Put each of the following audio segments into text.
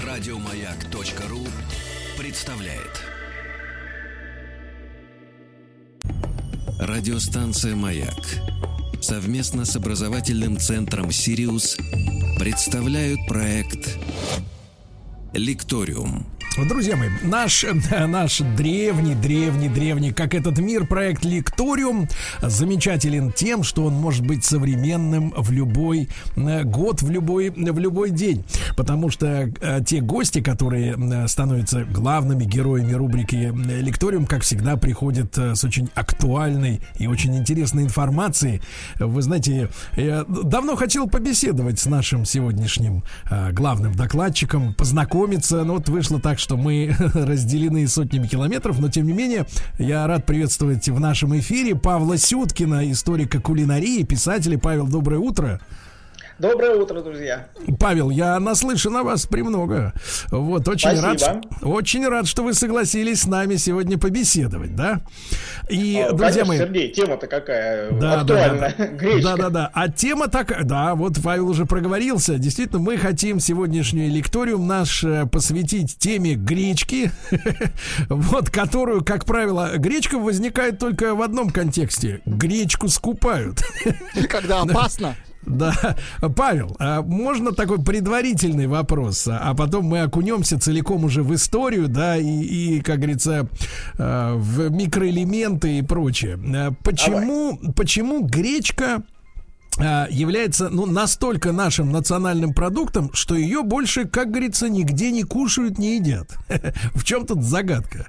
Радиомаяк.ру представляет. Радиостанция «Маяк» совместно с образовательным центром «Сириус» представляют проект «Лекториум». Друзья мои, наш древний, как этот мир, проект «Лекториум» замечателен тем, что он может быть современным в любой год, в любой день. Потому что те гости, которые становятся главными героями рубрики «Лекториум», как всегда, приходят с очень актуальной и очень интересной информацией. Вы знаете, я давно хотел побеседовать с нашим сегодняшним главным докладчиком, познакомиться, но вот вышло так, что мы разделены сотнями километров, но тем не менее я рад приветствовать в нашем эфире Павла Сюткина, историка кулинарии, писателя. Павел, доброе утро. Доброе утро, друзья. Павел, я наслышан о вас премного. Вот, очень рад, что вы согласились с нами сегодня побеседовать, да? И, друзья мои, Сергей, тема-то какая актуальная. Гречка. Да. А тема такая, да, вот Павел уже проговорился. Действительно, мы хотим сегодняшний лекториум наш посвятить теме гречки, вот, которую, как правило, гречка возникает только в одном контексте. Гречку скупают. Когда опасно. Да, Павел, можно такой предварительный вопрос, а потом мы окунемся целиком уже в историю, да, и как говорится, в микроэлементы и прочее. Почему гречка является, настолько нашим национальным продуктом, что ее больше, как говорится, нигде не кушают, не едят? В чем тут загадка?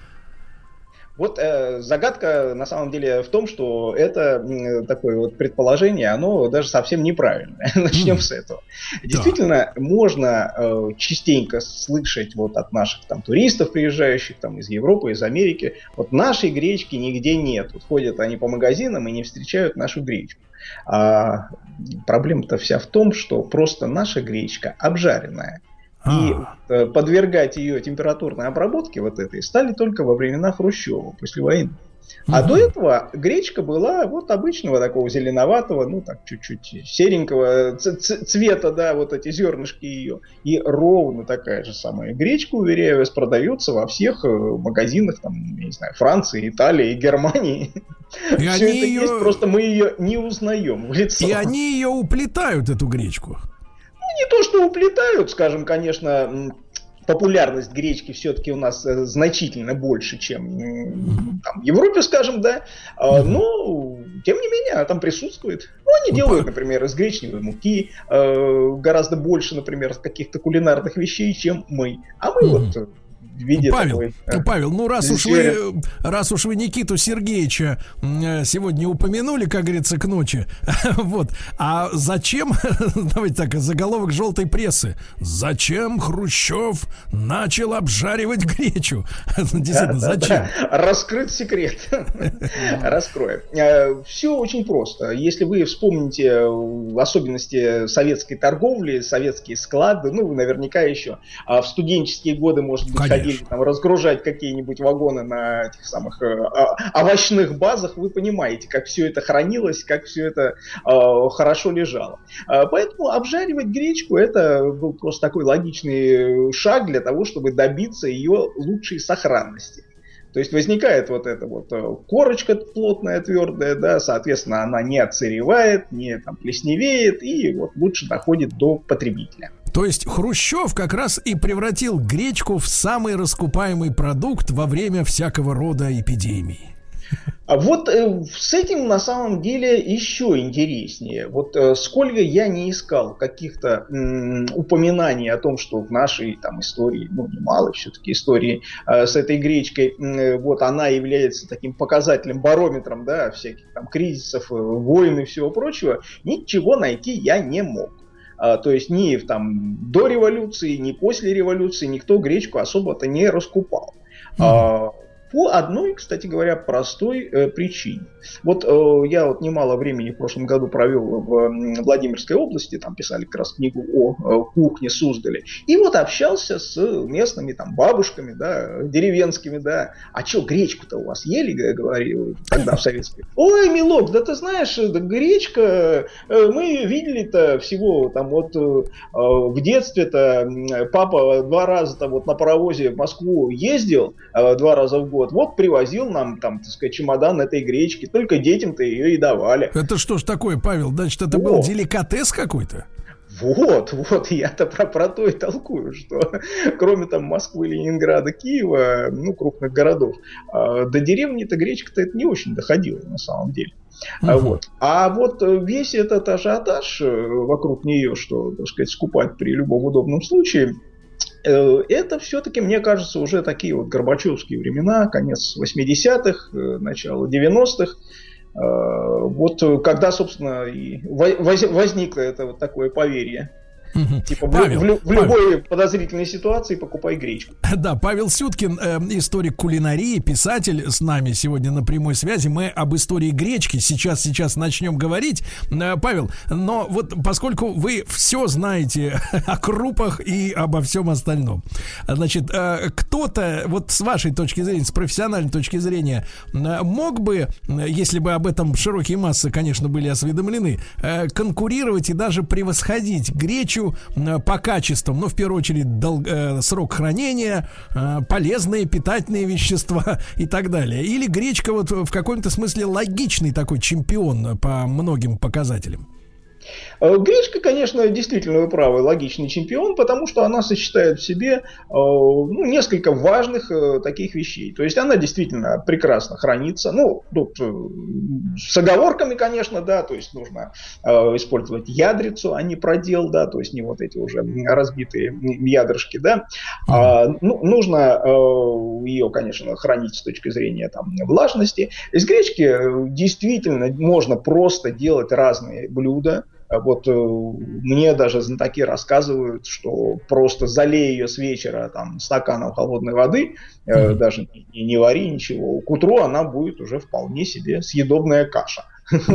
Вот загадка на самом деле в том, что это такое вот предположение, оно даже совсем неправильное. Начнем с этого. Действительно, можно частенько слышать вот от наших там туристов, приезжающих там из Европы, из Америки, вот нашей гречки нигде нет. Вот ходят они по магазинам и не встречают нашу гречку. А проблема-то вся в том, что просто наша гречка обжаренная. И подвергать ее температурной обработке вот этой стали только во времена Хрущева, после войны. А до этого гречка была вот обычного такого зеленоватого, так чуть-чуть серенького цвета, да, вот эти зернышки ее. И ровно такая же самая гречка, уверяю вас, продается во всех магазинах, там, я не знаю, Франции, Италии, Германии. И все это есть, просто мы ее не узнаем в лицо. И они ее уплетают, эту гречку. Не то, что уплетают, скажем, конечно, популярность гречки все-таки у нас значительно больше, чем там, в Европе, скажем, да, но, тем не менее, она там присутствует. Они делают, например, из гречневой муки гораздо больше, например, каких-то кулинарных вещей, чем мы. А мы вот... Павел, раз уж вы Никиту Сергеевича сегодня упомянули, как говорится, к ночи, вот, а зачем, давайте так, заголовок желтой прессы, зачем Хрущев начал обжаривать гречу? Действительно, зачем? Раскрыть секрет. Раскроем. Все очень просто. Если вы вспомните особенности советской торговли, советские склады, вы наверняка еще в студенческие годы, может быть, ходили там разгружать какие-нибудь вагоны на этих самых овощных базах, вы понимаете, как все это хранилось, как все это хорошо лежало. Поэтому обжаривать гречку — это был просто такой логичный шаг для того, чтобы добиться ее лучшей сохранности. То есть возникает вот эта вот корочка плотная, твердая, да, соответственно, она не отсыревает, не там плесневеет и вот лучше доходит до потребителя. То есть Хрущев как раз и превратил гречку в самый раскупаемый продукт во время всякого рода эпидемий. А вот с этим на самом деле еще интереснее. Вот сколько я не искал каких-то упоминаний о том, что в нашей там истории, немало все-таки истории с этой гречкой, вот она является таким показателем, барометром, да, всяких там кризисов, войн и всего прочего, ничего найти я не мог. То есть ни там до революции, ни после революции никто гречку особо-то не раскупал. По одной, кстати говоря, простой причине. Вот я вот немало времени в прошлом году провел в Владимирской области, там писали как раз книгу о кухне Суздали, и вот общался с местными там бабушками, да, деревенскими, да. А что, гречку-то у вас ели, говорил тогда в советской? Ой, милок, да ты знаешь, да гречка, мы видели-то всего там вот в детстве-то папа 2 раза там вот на паровозе в Москву ездил 2 раза в год, вот привозил нам там, так сказать, чемодан этой гречки, только детям-то ее и давали. Это что ж такое, Павел? Значит, это был деликатес какой-то? Вот, я-то про то и толкую, что кроме там Москвы, Ленинграда, Киева, ну, крупных городов, до деревни-то гречка-то это не очень доходила на самом деле. Вот. А вот весь этот ажиотаж вокруг нее, что, так сказать, скупать при любом удобном случае, это все-таки, мне кажется, уже такие вот горбачевские времена, конец 80-х, начало 90-х. Вот когда, собственно, и возникло это вот такое поверье. Типа в любой подозрительной ситуации покупай гречку. Да, Павел Сюткин, историк кулинарии, писатель, с нами сегодня на прямой связи. Мы об истории гречки сейчас начнем говорить. Павел, но вот поскольку вы все знаете о крупах и обо всем остальном, значит, кто-то, вот с вашей точки зрения, с профессиональной точки зрения, мог бы, если бы об этом широкие массы, конечно, были осведомлены, конкурировать и даже превосходить гречу по качествам, ну, в первую очередь, срок хранения, полезные питательные вещества и так далее. Или гречка вот в каком-то смысле логичный такой чемпион по многим показателям? Гречка, конечно, действительно, вы правы, логичный чемпион, потому что она сочетает в себе несколько важных таких вещей. То есть она действительно прекрасно хранится. Ну, тут с оговорками, конечно, да, то есть нужно использовать ядрицу, а не продел, да, то есть не вот эти уже разбитые ядрышки, да. Нужно ее, конечно, хранить с точки зрения там влажности. Из гречки действительно можно просто делать разные блюда. Вот мне даже знатоки рассказывают, что просто залей ее с вечера там стаканом холодной воды, даже не вари ничего, к утру она будет уже вполне себе съедобная каша.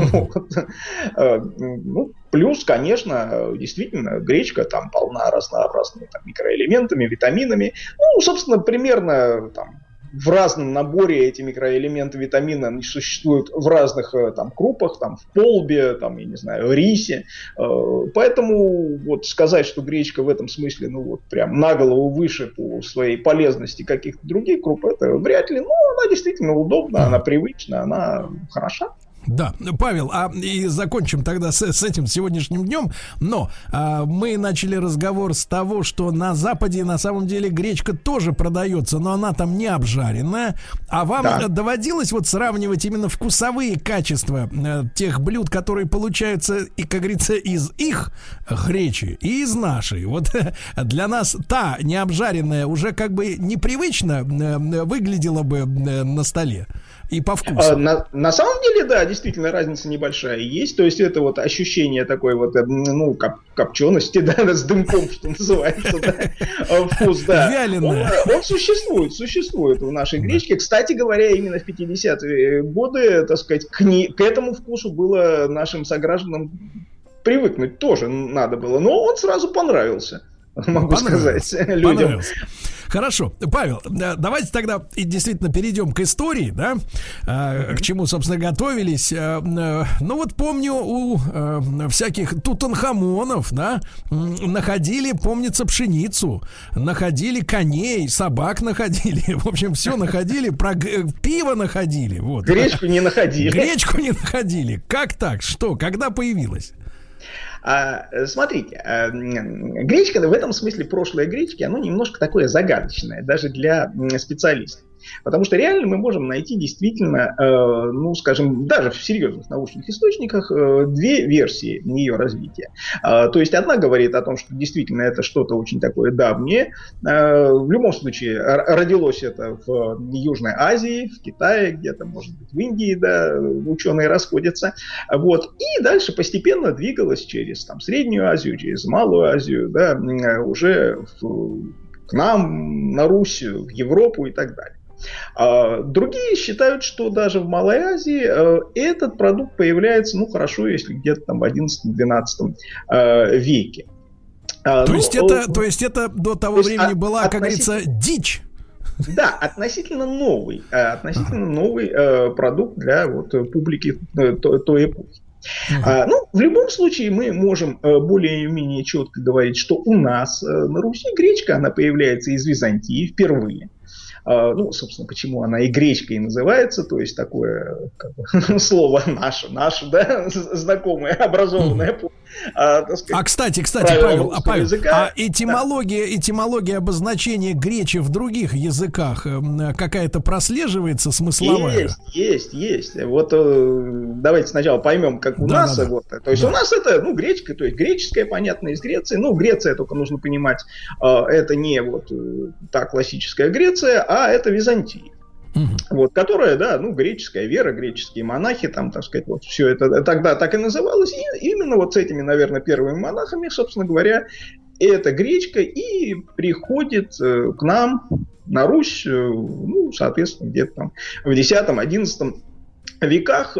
Ну, плюс, конечно, действительно, гречка там полна разнообразными там микроэлементами, витаминами. Ну, собственно, примерно там в разном наборе эти микроэлементы, витамины существуют в разных там крупах, там в полбе, там, я не знаю, рисе. Поэтому вот сказать, что гречка в этом смысле, ну вот прям на голову выше по своей полезности каких-то других круп, это вряд ли. Но она действительно удобна, она привычна, она хороша. Да, Павел, и закончим тогда с этим сегодняшним днем. Но мы начали разговор с того, что на Западе на самом деле гречка тоже продается, но она там не обжаренная. А вам доводилось вот сравнивать именно вкусовые качества тех блюд, которые получаются, и, как говорится, из их гречи и из нашей? Вот для нас та необжаренная уже как бы непривычно выглядела бы на столе. И по вкусу. На самом деле, да, действительно разница небольшая есть. То есть это вот ощущение такой вот, ну, копчености, да, с дымком, что называется, да, вкус, да. Вяленое. Он существует в нашей гречке. Кстати говоря, именно в 50-е годы, так сказать, к этому вкусу было нашим согражданам привыкнуть тоже надо было. Но он сразу понравился, могу сказать, людям. Хорошо, Павел, давайте тогда и действительно перейдем к истории, да, к чему, собственно, готовились. Ну вот помню, у всяких Тутанхамонов, да, находили, помнится, пшеницу, находили коней, собак находили, в общем, все находили, пиво находили. Вот. Гречку не находили. Гречку не находили. Как так? Что? Когда появилась? Смотрите, гречка в этом смысле, прошлое гречки, оно немножко такое загадочное, даже для специалистов. Потому что реально мы можем найти действительно, ну, скажем, даже в серьезных научных источниках две версии ее развития. То есть одна говорит о том, что действительно это что-то очень такое давнее. В любом случае родилось это в Южной Азии, в Китае, где-то, может быть, в Индии, да, ученые расходятся. Вот. И дальше постепенно двигалось через там, Среднюю Азию, через Малую Азию, да, уже к нам, на Русь, в Европу и так далее. Другие считают, что даже в Малой Азии этот продукт появляется, хорошо, если где-то там в XI-XII веке. То есть это до того времени была, как говорится, дичь? Да, относительно новый продукт для публики той эпохи. В любом случае мы можем более-менее четко говорить, что у нас на Руси гречка, она появляется из Византии впервые. Собственно, почему она и гречкой называется, то есть такое слово наше, да, знакомое, образованное. Кстати, Павел, этимология обозначения гречи в других языках какая-то прослеживается смысловая? Есть. Вот давайте сначала поймем, как у нас. То есть у нас это, гречка, то есть греческая, понятно, из Греции. Греция, только нужно понимать, это не та классическая Греция, а это Византия. Которая, греческая вера, греческие монахи, там, так сказать, все это тогда так и называлось. И именно с этими, наверное, первыми монахами, собственно говоря, эта гречка и приходит к нам на Русь, соответственно, где-то там в X-XI веках.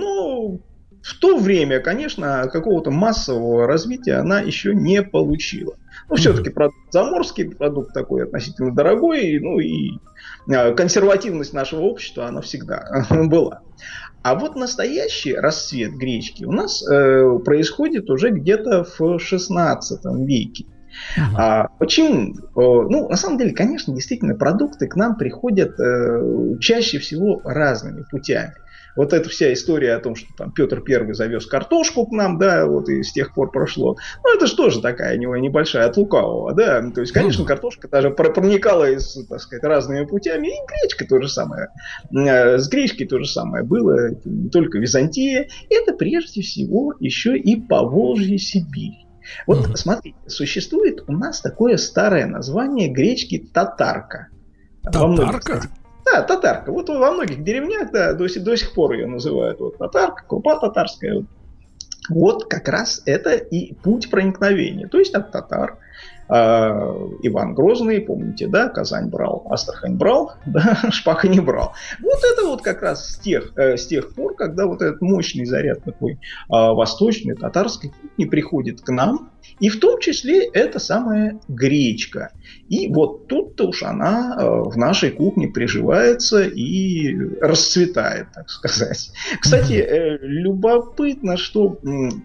В то время, конечно, какого-то массового развития она еще не получила. Все-таки продукт заморский, продукт такой относительно дорогой, и консервативность нашего общества, она всегда была. А настоящий расцвет гречки у нас происходит уже где-то в XVI веке. Почему? На самом деле, конечно, действительно, продукты к нам приходят чаще всего разными путями. Эта вся история о том, что там Петр I завез картошку к нам, и с тех пор прошло. Это же тоже такая небольшая от лукавого, да. То есть, конечно, картошка даже проникала так сказать, разными путями, и гречка то же самое. С гречкой то же самое было, это не только Византия, это прежде всего еще и Поволжье, Сибирь. Смотрите, существует у нас такое старое название гречки татарка. Татарка? Да, татарка. Во многих деревнях, до сих пор ее называют татарка, крупа татарская. Как раз это и путь проникновения. То есть от татар Иван Грозный, помните, да, Казань брал, Астрахань брал, да, Шпаха не брал. Это как раз с тех пор, когда этот мощный заряд такой восточной татарской кухни приходит к нам, и в том числе это самая гречка. И тут-то уж она в нашей кухне приживается и расцветает, так сказать. Кстати, любопытно, что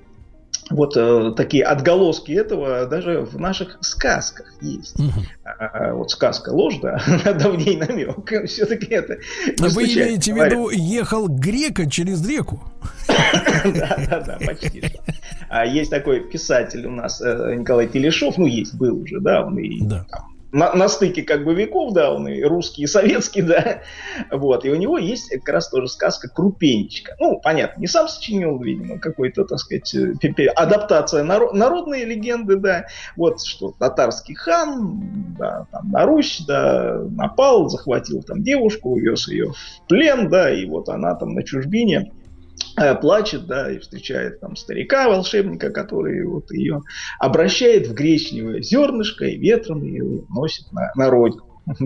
такие отголоски этого даже в наших сказках есть. Сказка ложь, да, давней намек. Все-таки это не Вы имеете в виду «ехал грека через реку»? Да, почти. Есть такой писатель у нас, Николай Телешов, был уже, да, он и на стыке веков, да, он и русский, и советский, да, и у него есть как раз тоже сказка «Крупенечка». Понятно, не сам сочинил, видимо, какой-то, так сказать, адаптация народной легенды, да, что татарский хан, да, там на Русь, да, напал, захватил там девушку, увез ее в плен, да, и она там на чужбине плачет, да, и встречает там старика-волшебника, который ее обращает в гречневое зернышко и ветром ее носит на родину.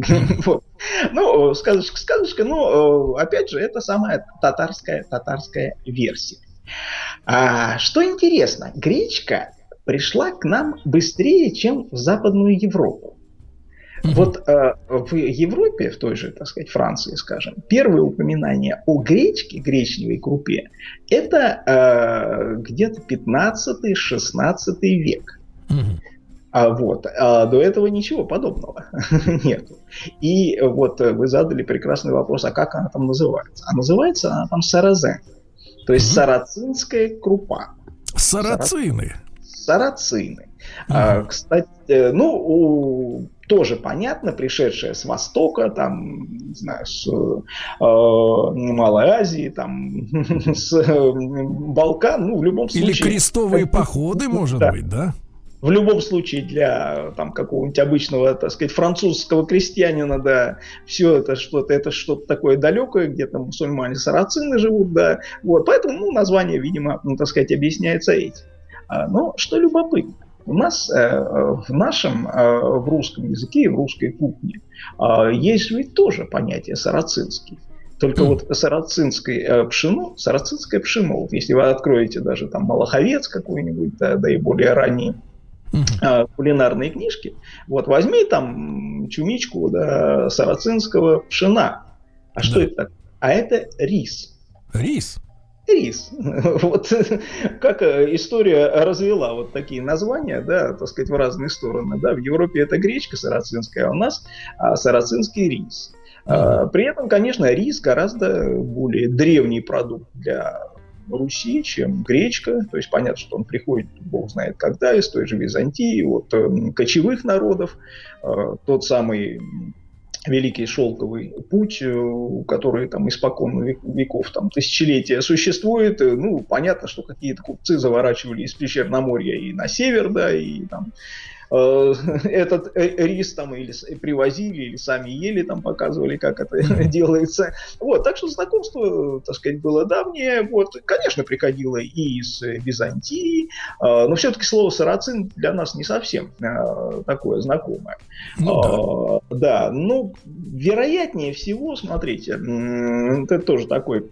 Сказочка, но опять же, это самая татарская версия. Что интересно, гречка пришла к нам быстрее, чем в Западную Европу. В Европе, в той же, так сказать, Франции, скажем, первое упоминание о гречке, гречневой крупе, это где-то 15-16 век. До этого ничего подобного нету. И вы задали прекрасный вопрос, а как она там называется? А называется она там саразен. То есть сарацинская крупа. Сарацины. Кстати, тоже понятно, пришедшая с Востока, там, не знаю, с Малой Азии, там, с Балкан, в любом случае. Или крестовые походы, может быть, да? В любом случае для какого-нибудь обычного, так сказать, французского крестьянина, да, все это что-то такое далекое, где там мусульмане-сарацины живут, да, поэтому, название, видимо, так сказать, объясняется этим. Но что любопытно, У нас в русском языке и в русской кухне есть ведь тоже понятие сарацинский. Только вот сарацинское пшено, вот если вы откроете даже там Малаховец какой-нибудь, да и более ранние кулинарные книжки, вот возьми там чумичку, да, сарацинского пшена. А что это такое? А это рис. Рис? Рис. Вот как история развела вот такие названия, да, так сказать, в разные стороны. Да. В Европе это гречка сарацинская, а у нас сарацинский рис. При этом, конечно, рис гораздо более древний продукт для Руси, чем гречка. То есть понятно, что он приходит, бог знает когда, из той же Византии, от кочевых народов. Тот самый Великий Шелковый путь, который там испокон веков, там, тысячелетия существует. Ну, понятно, что какие-то купцы заворачивали из Причерноморья и на север, да, и там этот рис там или привозили, или сами ели, там показывали, как это делается. Вот, так что знакомство, так сказать, было давнее. Вот, конечно, приходило и из Византии, но все-таки слово сарацин для нас не совсем такое знакомое. Да, ну, вероятнее всего, смотрите, это тоже такой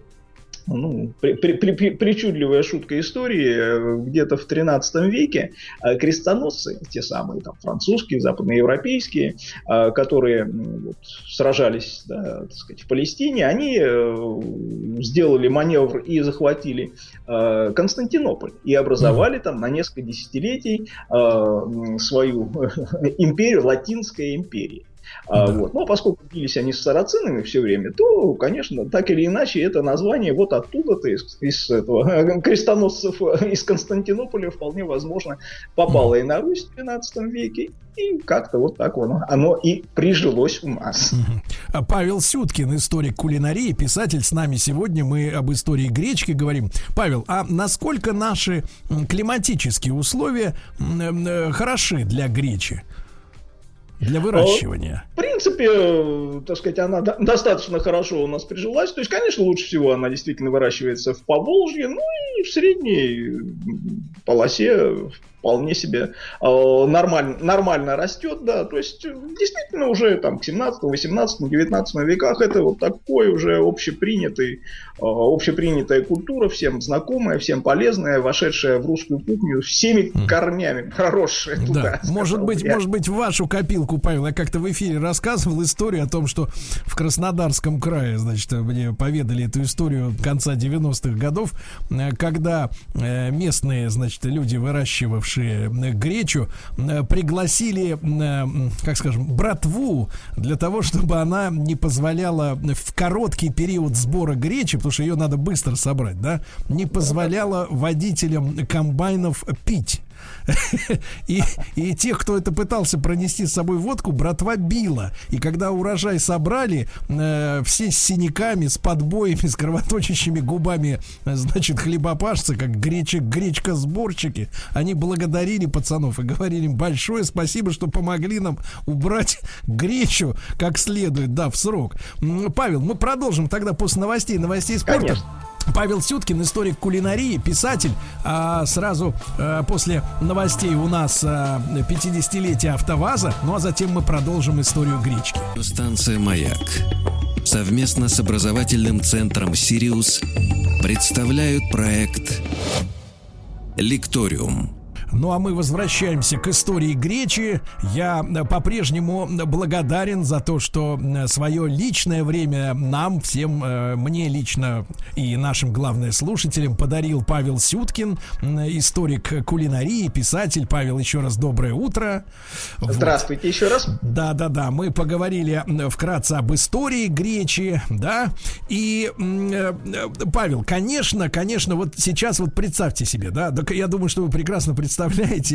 причудливая шутка истории. Где-то в 13 веке крестоносцы, те самые там, французские, западноевропейские, которые сражались, да, так сказать, в Палестине, они сделали маневр и захватили Константинополь и образовали там на несколько десятилетий свою империю, Латинская империя. Вот. Но поскольку бились они с сарацинами все время, то, конечно, так или иначе, это название вот оттуда-то, из этого крестоносцев из Константинополя, вполне возможно, попало и на Русь в 12 веке, и как-то вот так оно и прижилось у нас. Павел Сюткин, историк кулинарии, писатель, с нами сегодня. Мы об истории гречки говорим. Павел, а насколько наши климатические условия хороши для гречи? Для выращивания. В принципе, так сказать, она достаточно хорошо у нас прижилась. То есть, конечно, лучше всего она действительно выращивается в Поволжье, ну и в средней полосе вполне себе нормально растет, да. То есть, действительно, уже там к 17, 18, 19 веках это вот такой уже общепринятая культура, всем знакомая, всем полезная, вошедшая в русскую кухню всеми корнями, проросшая туда. Да. Может быть, в вашу копилку, Павел, я как-то в эфире рассказывал историю о том, что в Краснодарском крае, значит, мне поведали эту историю конца 90-х годов, когда местные, значит, люди, выращивавшие гречу, пригласили, как скажем, братву для того, чтобы она не позволяла в короткий период сбора гречи, потому что ее надо быстро собрать, да, не позволяла водителям комбайнов пить. И тех, кто это пытался пронести с собой водку, братва била. И когда урожай собрали, все с синяками, с подбоями, с кровоточащими губами, значит, хлебопашцы, как гречка-сборщики, они благодарили пацанов и говорили им большое спасибо, что помогли нам убрать гречу как следует, да, в срок. Павел, мы продолжим тогда после новостей спорта. Конечно. Павел Сюткин, историк кулинарии, писатель. Сразу после новостей у нас 50-летие АвтоВАЗа. Ну а затем мы продолжим историю гречки. Станция «Маяк» совместно с образовательным центром «Сириус» представляют проект «Лекториум». Ну а мы возвращаемся к истории гречи. Я по-прежнему благодарен за то, что свое личное время нам, всем, мне лично и нашим, главное, слушателям подарил Павел Сюткин, историк кулинарии, писатель. Павел, еще раз доброе утро. Здравствуйте еще раз. Да. Мы поговорили вкратце об истории гречи, да. И, Павел, конечно, вот сейчас вот представьте себе, да, я думаю, что вы прекрасно представляете,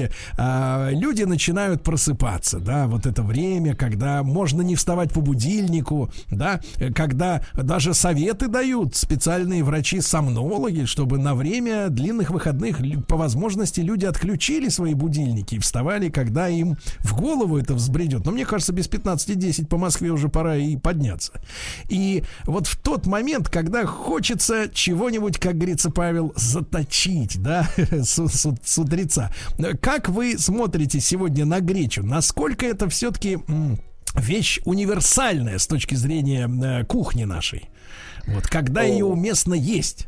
люди начинают просыпаться, да, вот это время, когда можно не вставать по будильнику, да, когда даже советы дают специальные врачи-сомнологи, чтобы на время длинных выходных по возможности люди отключили свои будильники и вставали, когда им в голову это взбредет. Но мне кажется, без 15:10 по Москве уже пора и подняться. И вот в тот момент, когда хочется чего-нибудь, как говорится, Павел, заточить, да, с утреца. Да. Как вы смотрите сегодня на гречу? Насколько это все-таки вещь универсальная с точки зрения кухни нашей? Вот когда ее уместно есть?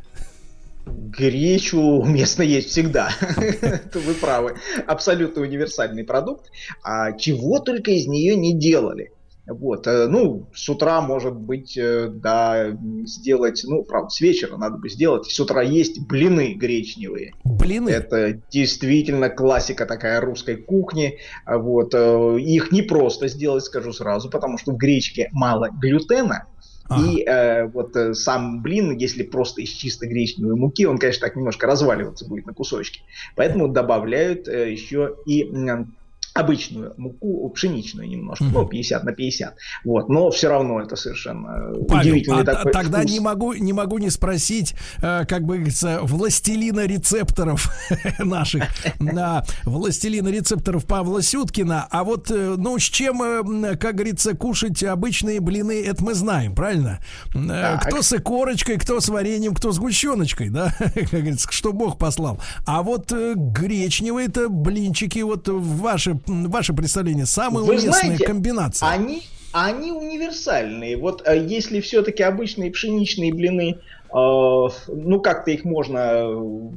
Гречу уместно есть всегда. Вы правы. Абсолютно универсальный продукт. А чего только из нее не делали. Вот, ну, с утра, может быть, да, сделать, ну, правда, с вечера надо бы сделать. С утра есть блины гречневые. Блины? Это действительно классика такая русской кухни. Вот, их не просто сделать, скажу сразу, потому что в гречке мало глютена. И вот сам блин, если просто из чисто гречневой муки, он, конечно, так немножко разваливаться будет на кусочки. Поэтому добавляют еще и обычную муку, пшеничную немножко, ну, 50 на 50. Вот, но все равно это совершенно удивительный такой тогда вкус. не могу не спросить, как бы говорится, властелина рецепторов наших, властелина рецепторов Павла Сюткина. А вот, ну, с чем, как говорится, кушать обычные блины, это мы знаем, правильно? Так. Кто с икорочкой, кто с вареньем, кто с сгущеночкой, да, как говорится, что Бог послал. А вот гречневые-то блинчики, вот ваше представление, самая уместная комбинация. Они универсальные. Вот если все-таки обычные пшеничные блины, ну как-то их можно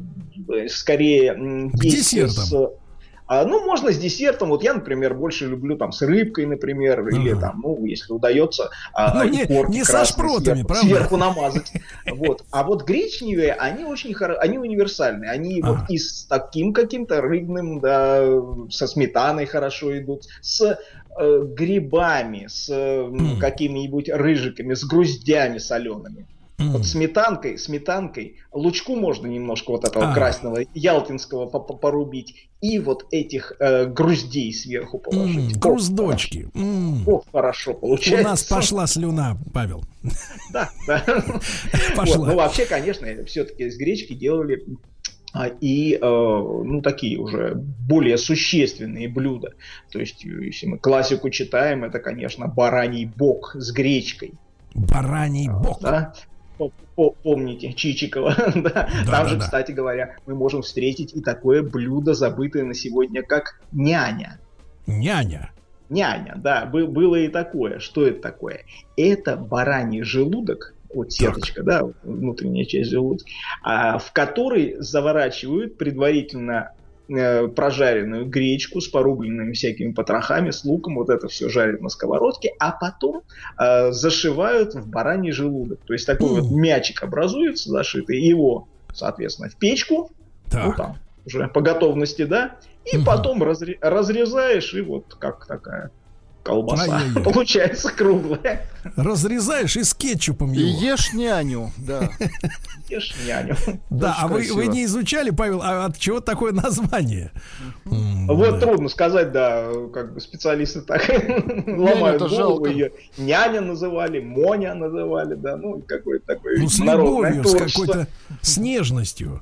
скорее есть десертом. Ну, можно с десертом. Вот я, например, больше люблю там с рыбкой, например, или там, ну, если удается, не со шпротами, правда? Сверху намазать. Вот. А вот гречневые, они они универсальные. Они вот и с таким каким-то рыбным, да, со сметаной хорошо идут, с грибами, с какими-нибудь рыжиками, с груздями солеными. Вот сметанкой, лучку можно немножко вот этого красного ялтинского порубить, и вот этих груздей сверху положить. Груздочки. Ох, хорошо получается. У нас пошла слюна, Павел. Да. Пошла. Вот, ну, вообще, конечно, все-таки из гречки делали и, ну, такие уже более существенные блюда. То есть, если мы классику читаем, это, конечно, бараний бок с гречкой. Бараний бок. Да? Помните Чичикова, да? Там же, кстати говоря, мы можем встретить и такое блюдо, забытое на сегодня, как няня. Няня, да, было и такое. Что это такое? Это бараний желудок, вот сеточка, да, внутренняя часть желудка, в который заворачивают предварительно прожаренную гречку с порубленными всякими потрохами, с луком, вот это все жарят на сковородке, а потом зашивают в бараний желудок. То есть такой вот мячик образуется зашитый, его, соответственно, в печку, ну там уже по готовности, да, и потом разрезаешь, и вот как такая колбаса получается круглая. Разрезаешь и с кетчупом его. И ешь няню, да. Ешь няню. Да, а вы не изучали, Павел, а от чего такое название? Вот трудно сказать, да, как бы специалисты так ломают голову, ее няня называли, Моня называли, да, ну какой-то такой народное творчество. С какой-то с нежностью.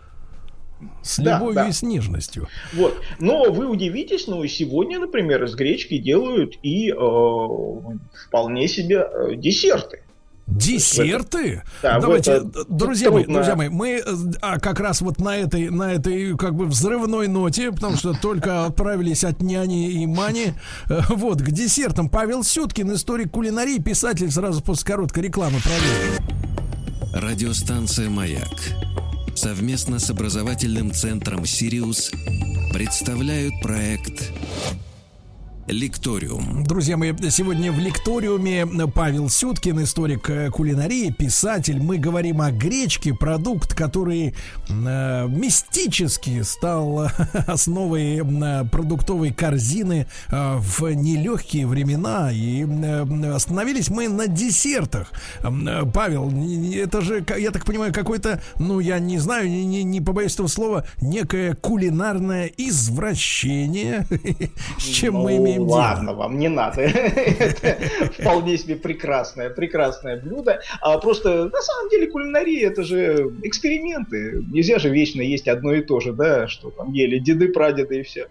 С любовью и с нежностью. Вот. Но вы удивитесь, но сегодня, например, из гречки делают и вполне себе десерты. Десерты? Да, давайте, друзья мои, мы как раз вот на этой как бы взрывной ноте, потому что только отправились от няни и мани, вот, к десертам. Павел Сюткин, историк кулинарии, писатель, сразу после короткой рекламы продолжим. Радиостанция «Маяк» совместно с образовательным центром «Сириус» представляют проект «Лекториум». Друзья мои, сегодня в «Лекториуме» Павел Сюткин, историк кулинарии, писатель. Мы говорим о гречке, продукт, который мистически стал основой продуктовой корзины в нелегкие времена. И остановились мы на десертах. Павел, это же, я так понимаю, какой-то, ну, я не знаю, не побоюсь этого слова, некое кулинарное извращение, с чем мы имеем. Ладно, вам не надо. Это вполне себе прекрасное блюдо. Просто на самом деле кулинария — это же эксперименты. Нельзя же вечно есть одно и то же, да, что там ели деды, прадеды и все.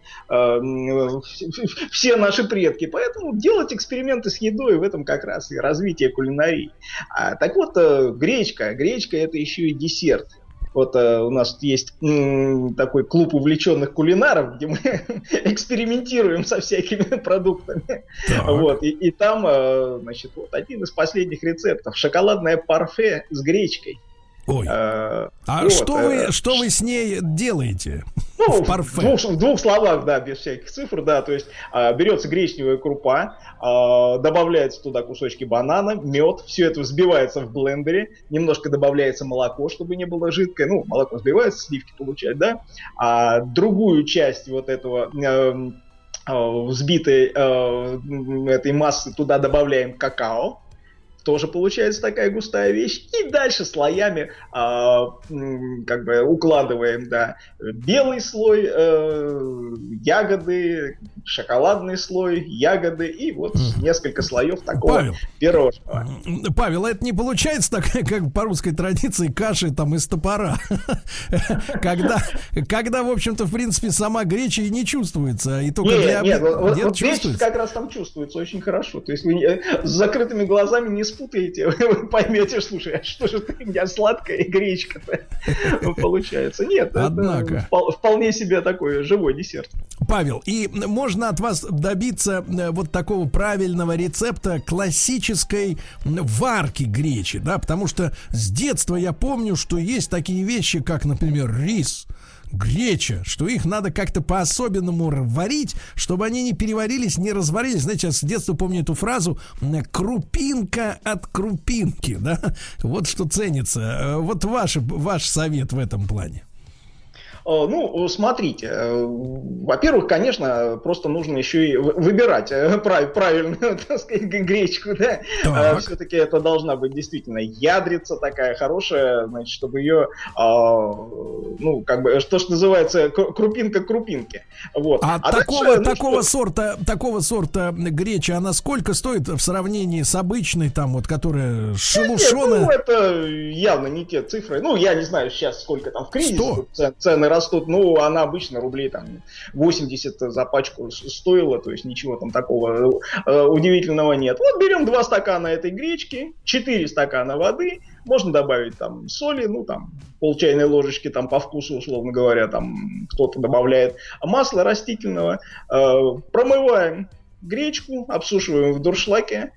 Все наши предки. Поэтому делать эксперименты с едой — в этом как раз и развитие кулинарии. Так вот, гречка — это еще и десерт. Вот у нас есть такой клуб увлеченных кулинаров, где мы экспериментируем со всякими продуктами. Вот, и там, значит, вот один из последних рецептов: шоколадное парфе с гречкой. Ой. Вот, что вы с ней делаете? Ну, в двух словах, да, без всяких цифр, да, то есть берется гречневая крупа, добавляется туда кусочки банана, мед, все это взбивается в блендере, немножко добавляется молоко, чтобы не было жидкое, ну, молоко взбивается, сливки получать, да, а другую часть вот этого взбитой этой массы туда добавляем какао. Тоже получается такая густая вещь. И дальше слоями как бы укладываем, да, белый слой, ягоды, шоколадный слой, ягоды и вот несколько слоев такого пирожного. Павел, это не получается так, как по русской традиции, каши там из топора. Когда, в общем-то, в принципе, сама греча и не чувствуется. И только нет, вот греча как раз там чувствуется очень хорошо. То есть вы с закрытыми глазами не спутаете, вы поймете, слушай, а что же у меня сладкая гречка-то получается? Нет, однако это вполне себе такой живой десерт. Павел, и можно от вас добиться вот такого правильного рецепта классической варки гречи, да, потому что с детства я помню, что есть такие вещи, как, например, рис, греча, что их надо как-то по-особенному варить, чтобы они не переварились, не разварились. Знаете, я с детства помню эту фразу: крупинка от крупинки, да, вот что ценится. Вот ваш совет в этом плане. Ну, смотрите, во-первых, конечно, просто нужно еще и выбирать правильную, так сказать, гречку, да. Все-таки это должна быть действительно ядрица такая хорошая, значит, чтобы ее, ну, как бы, что называется, крупинка к крупинке. Вот. Такого сорта греча, она сколько стоит в сравнении с обычной, там, вот, которая шелушеная? Ну, это явно не те цифры. Ну, я не знаю сейчас, сколько там в кризис цены растут. Ну, она обычно рублей там 80 за пачку стоила, то есть ничего там такого удивительного нет. Вот берем 2 стакана этой гречки, 4 стакана воды, можно добавить там соли, ну там пол чайной ложечки там по вкусу, условно говоря, там кто-то добавляет масла растительного, промываем гречку, обсушиваем в дуршлаге.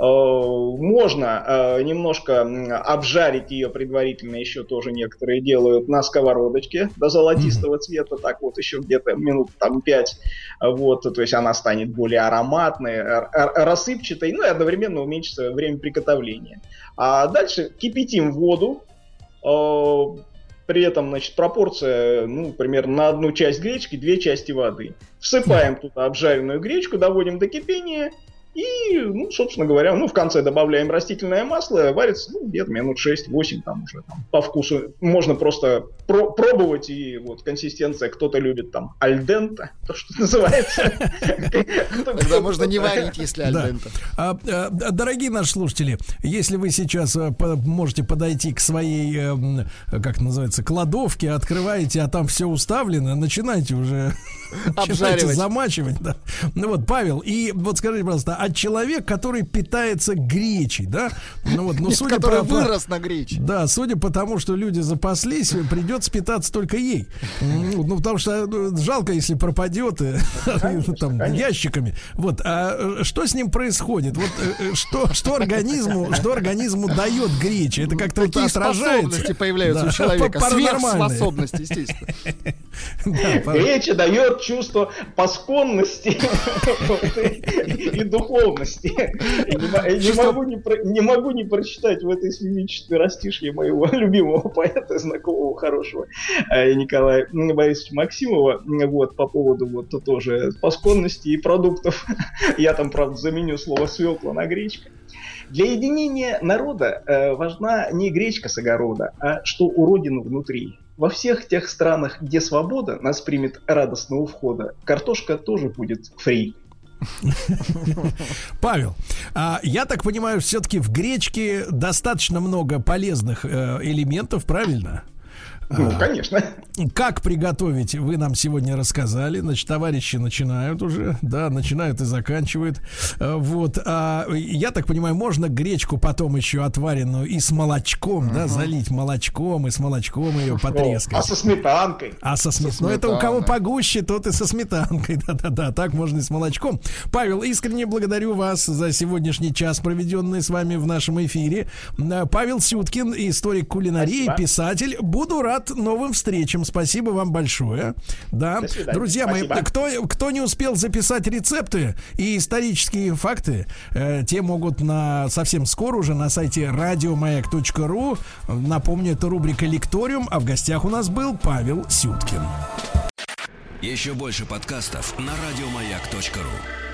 Можно немножко обжарить ее предварительно, еще тоже некоторые делают на сковородочке до золотистого цвета, так вот еще где-то минут там 5, вот, то есть она станет более ароматной, рассыпчатой, ну и одновременно уменьшится время приготовления. А дальше кипятим воду, при этом, значит, пропорция, ну, примерно на 1 часть гречки 2 части воды. Всыпаем туда обжаренную гречку, доводим до кипения. И, ну, собственно говоря, ну, в конце добавляем растительное масло, варится, ну, где-то минут 6-8, там уже там, по вкусу. Можно просто пробовать, и вот консистенция, кто-то любит там альдента, то, что называется. Тогда можно не варить, если альдента. Дорогие наши слушатели, если вы сейчас можете подойти к своей, как называется, кладовке, открываете, а там все уставлено, начинайте уже замачивать. Да. Ну вот, Павел, и вот скажите, пожалуйста, а человек, который питается гречей, да? Ну вот, судя который вырос на грече. Да, судя по тому, что люди запаслись, придется питаться только ей. Ну, потому что жалко, если пропадет там ящиками. Вот, а что с ним происходит? Вот что организму дает греча? Это как-то какие способности появляются у человека? Сверхспособности, естественно. Греча дает чувство пасконности и духовности. Не могу не прочитать в этой священничестве растишье моего любимого поэта, знакомого, хорошего, Николая Борисовича Максимова, вот, по поводу вот тоже пасконности и продуктов. Я там, правда, заменю слово свекла на гречка. Для единения народа важна не гречка с огорода, а что у родины внутри. Во всех тех странах, где свобода нас примет радостного входа, картошка тоже будет фри. Павел, я так понимаю, все-таки в гречке достаточно много полезных элементов, правильно? Ну, конечно. Как приготовить, вы нам сегодня рассказали. Значит, товарищи начинают уже, да, начинают и заканчивают. Вот. Я так понимаю, можно гречку потом еще отваренную и с молочком, да, залить молочком, и с молочком ее потрескать. А со сметанкой? Ну, это у кого погуще, тот и со сметанкой. Да-да-да, так можно и с молочком. Павел, искренне благодарю вас за сегодняшний час, проведенный с вами в нашем эфире. Павел Сюткин, историк кулинарии, писатель. Буду рад новым встречам. Спасибо вам большое. Да. Друзья мои, кто не успел записать рецепты и исторические факты, те могут совсем скоро уже на сайте радиомаяк.ру. Напомню, это рубрика «Лекториум», а в гостях у нас был Павел Сюткин. Еще больше подкастов на радиомаяк.ру.